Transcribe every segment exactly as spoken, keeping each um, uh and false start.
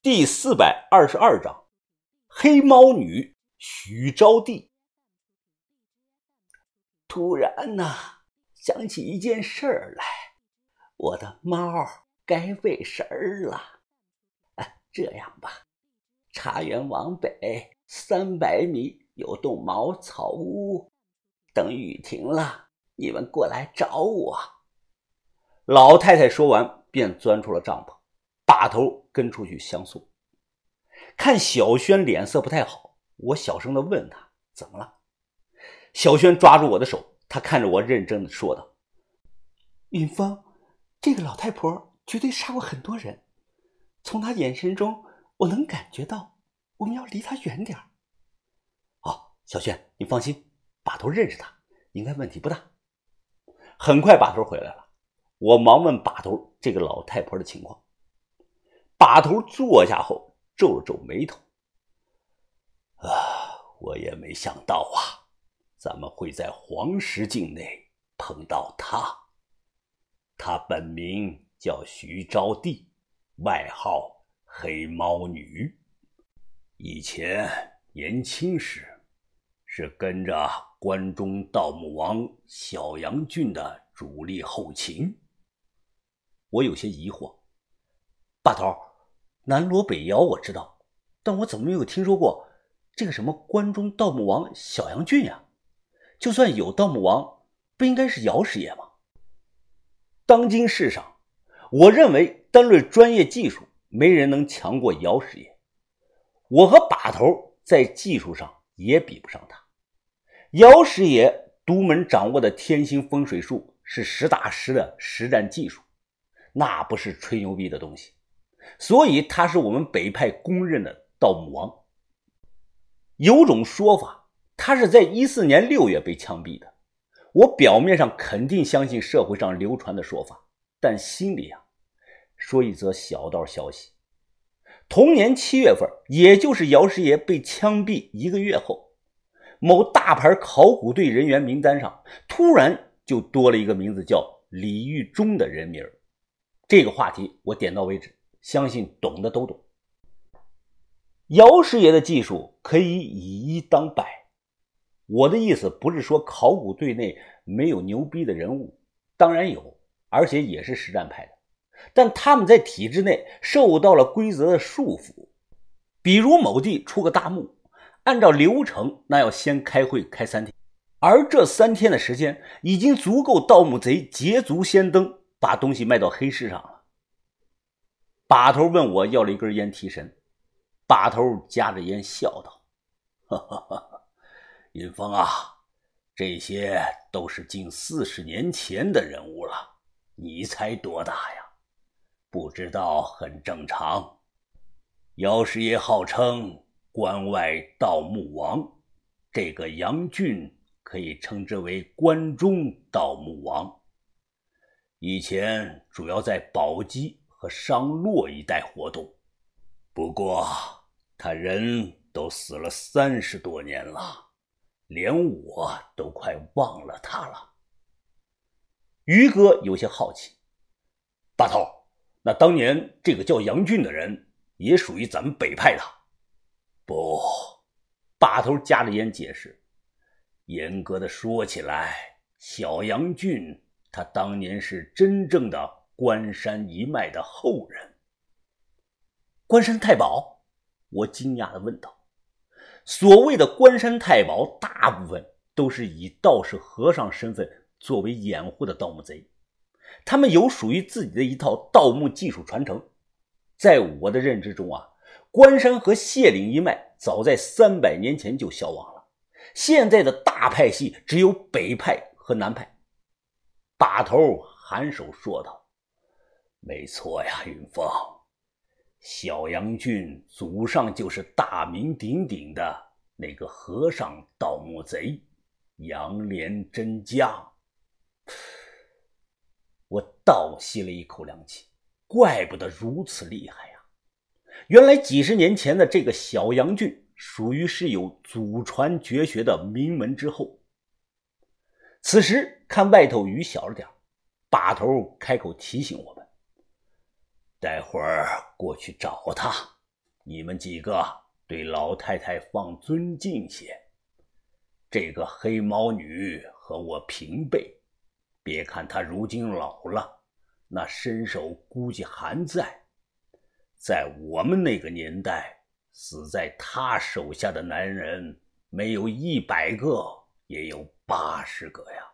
第四百二十二章，黑猫女徐招娣。突然呢，想起一件事儿来，我的猫该喂食儿了。哎，这样吧，茶园往北三百米有栋茅草屋，等雨停了，你们过来找我。老太太说完，便钻出了帐篷，把头跟出去相送。看小轩脸色不太好，我小声地问他怎么了。小轩抓住我的手，他看着我认真地说道：云峰，这个老太婆绝对杀过很多人，从她眼神中我能感觉到我们要离她远点。哦，小轩你放心，把头认识她，应该问题不大。很快把头回来了，我忙问把头这个老太婆的情况。把头坐下后皱了皱眉头，啊，我也没想到啊，咱们会在黄石境内碰到她。她本名叫徐招娣，外号黑猫女。以前年轻时是跟着关中盗墓王小杨俊的主力后勤。我有些疑惑，把头，南锣北窑我知道，但我怎么没有听说过这个什么关中盗墓王小杨俊呀？就算有盗墓王，不应该是姚师爷吗？当今世上，我认为单论专业技术，没人能强过姚师爷。我和把头在技术上也比不上他。姚师爷独门掌握的天星风水术是实打实的实战技术，那不是吹牛逼的东西，所以他是我们北派公认的盗墓王。有种说法，他是在一四年六月被枪毙的。我表面上肯定相信社会上流传的说法，但心里啊，说一则小道消息。同年七月份，也就是姚师爷被枪毙一个月后，某大牌考古队人员名单上突然就多了一个名字叫李玉忠的人名。这个话题我点到为止，相信懂的都懂。姚师爷的技术可以以一当百，我的意思不是说考古队内没有牛逼的人物，当然有，而且也是实战派的，但他们在体制内受到了规则的束缚。比如某地出个大墓，按照流程那要先开会开三天，而这三天的时间已经足够盗墓贼捷足先登，把东西卖到黑市上了。把头问我要了一根烟提神，把头夹着烟笑道：哈哈哈，云峰啊，这些都是近四十年前的人物了，你才多大呀？不知道很正常。姚师爷号称关外盗墓王，这个杨俊可以称之为关中盗墓王。以前主要在宝鸡和商洛一带活动，不过他人都死了三十多年了，连我都快忘了他了。于哥有些好奇，把头，那当年这个叫杨俊的人也属于咱们北派的？不，把头夹着烟解释，严格的说起来，小杨俊他当年是真正的关山一脉的后人。关山太保？我惊讶地问道。所谓的关山太保，大部分都是以道士和尚身份作为掩护的盗墓贼，他们有属于自己的一套盗墓技术传承。在我的认知中啊，关山和谢岭一脉早在三百年前就消亡了，现在的大派系只有北派和南派。把头颔首说道：没错呀，云峰，小杨俊祖上就是大名鼎鼎的那个和尚盗墓贼杨连真家。我倒吸了一口凉气，怪不得如此厉害呀！原来几十年前的这个小杨俊属于是有祖传绝学的名门之后。此时看外头雨小了点，把头开口提醒我们：待会儿过去找他， 你们几个对老太太放尊敬些。这个黑毛女和我平辈，别看她如今老了，那身手估计还在。在我们那个年代，死在她手下的男人没有一百个也有八十个呀。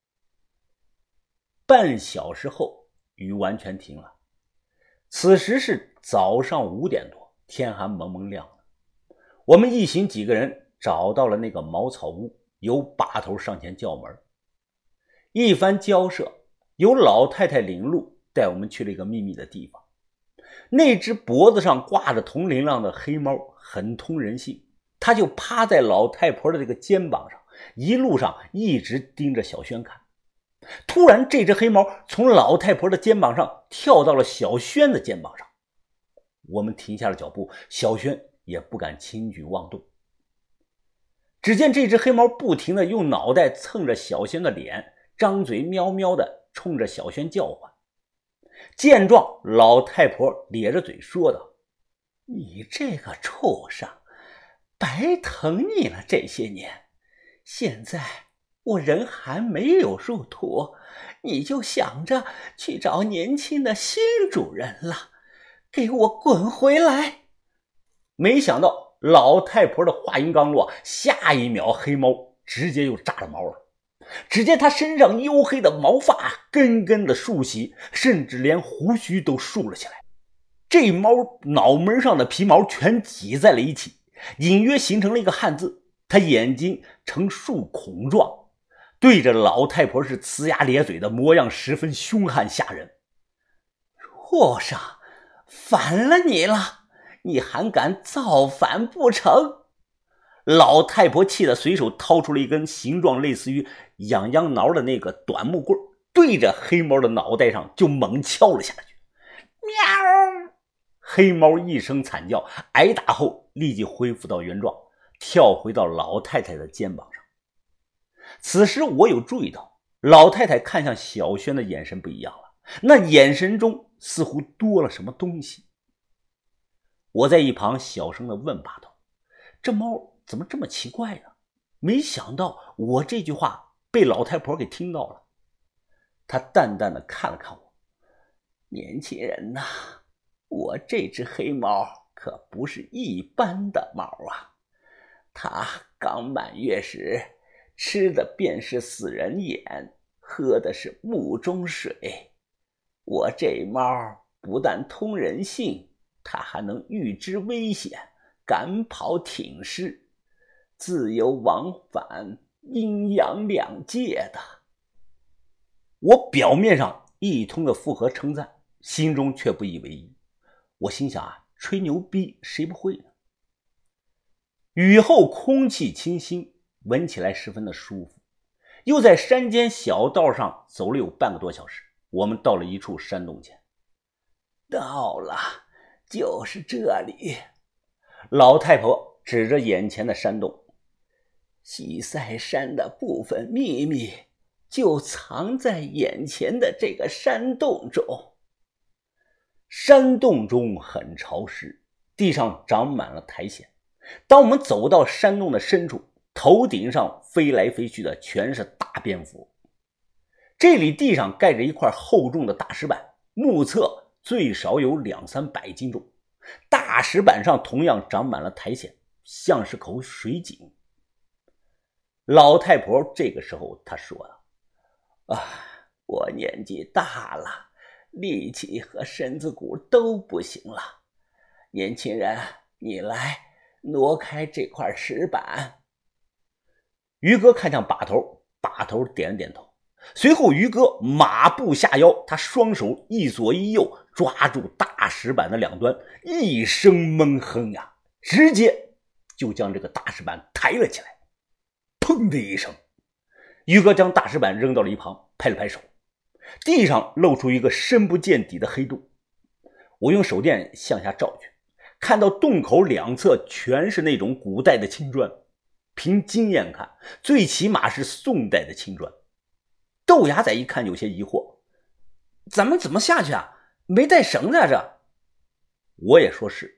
半小时后，雨完全停了。此时是早上五点多，天还蒙蒙亮呢。我们一行几个人找到了那个茅草屋，由把头上前叫门。一番交涉，由老太太领路，带我们去了一个秘密的地方。那只脖子上挂着铜铃铛的黑猫很通人性，它就趴在老太婆的这个肩膀上，一路上一直盯着小轩看。突然这只黑猫从老太婆的肩膀上跳到了小轩的肩膀上，我们停下了脚步，小轩也不敢轻举妄动。只见这只黑猫不停地用脑袋蹭着小轩的脸，张嘴喵喵地冲着小轩叫唤。见状，老太婆咧着嘴说道：你这个畜生，白疼你了这些年，现在我人还没有入土，你就想着去找年轻的新主人了，给我滚回来！没想到老太婆的话音刚落，下一秒黑猫直接又炸了毛了。只见他身上黝黑的毛发根根的竖起，甚至连胡须都竖了起来。这猫脑门上的皮毛全挤在了一起，隐约形成了一个汉字。他眼睛呈竖孔状，对着老太婆是呲牙咧嘴的模样，十分凶悍吓人。畜生，反了你了，你还敢造反不成？老太婆气得随手掏出了一根形状类似于痒痒挠的那个短木棍，对着黑猫的脑袋上就猛敲了下去。喵！黑猫一声惨叫，挨打后立即恢复到原状，跳回到老太太的肩膀上。此时我有注意到，老太太看向小轩的眼神不一样了，那眼神中似乎多了什么东西。我在一旁小声地问把头，这猫怎么这么奇怪呢？没想到我这句话被老太婆给听到了。她淡淡地看了看我，年轻人呐，我这只黑猫可不是一般的猫啊，它刚满月时吃的便是死人眼，喝的是墓中水。我这猫不但通人性，它还能预知危险，赶跑挺尸，自由往返阴阳两界的。我表面上一通的附和称赞，心中却不以为意。我心想啊，吹牛逼谁不会呢？雨后空气清新，闻起来十分的舒服。又在山间小道上走了有半个多小时，我们到了一处山洞前。到了，就是这里。老太婆指着眼前的山洞，西塞山的部分秘密就藏在眼前的这个山洞中。山洞中很潮湿，地上长满了苔藓。当我们走到山洞的深处，头顶上飞来飞去的全是大蝙蝠。这里地上盖着一块厚重的大石板，目测最少有两三百斤重。大石板上同样长满了苔藓，像是口水井。老太婆这个时候她说了：啊，我年纪大了，力气和身子骨都不行了。年轻人，你来挪开这块石板。于哥看向把头，把头点了点头。随后于哥马步下腰，他双手一左一右抓住大石板的两端，一声闷哼呀，直接就将这个大石板抬了起来。砰的一声，于哥将大石板扔到了一旁，拍了拍手，地上露出一个深不见底的黑洞。我用手电向下照去，看到洞口两侧全是那种古代的青砖，凭经验看，最起码是宋代的青砖。豆芽仔一看有些疑惑，咱们怎么下去啊？没带绳子啊这。我也说是，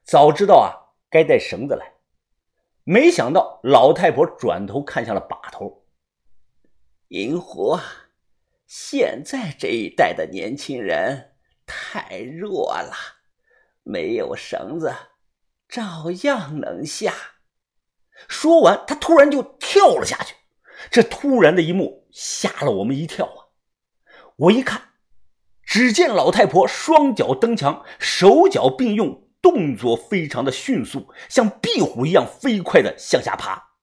早知道啊，该带绳子来。没想到老太婆转头看向了把头。银狐，现在这一代的年轻人太弱了，没有绳子照样能下。说完，他突然就跳了下去。这突然的一幕吓了我们一跳啊！我一看，只见老太婆双脚蹬墙，手脚并用，动作非常的迅速，像壁虎一样飞快的向下爬。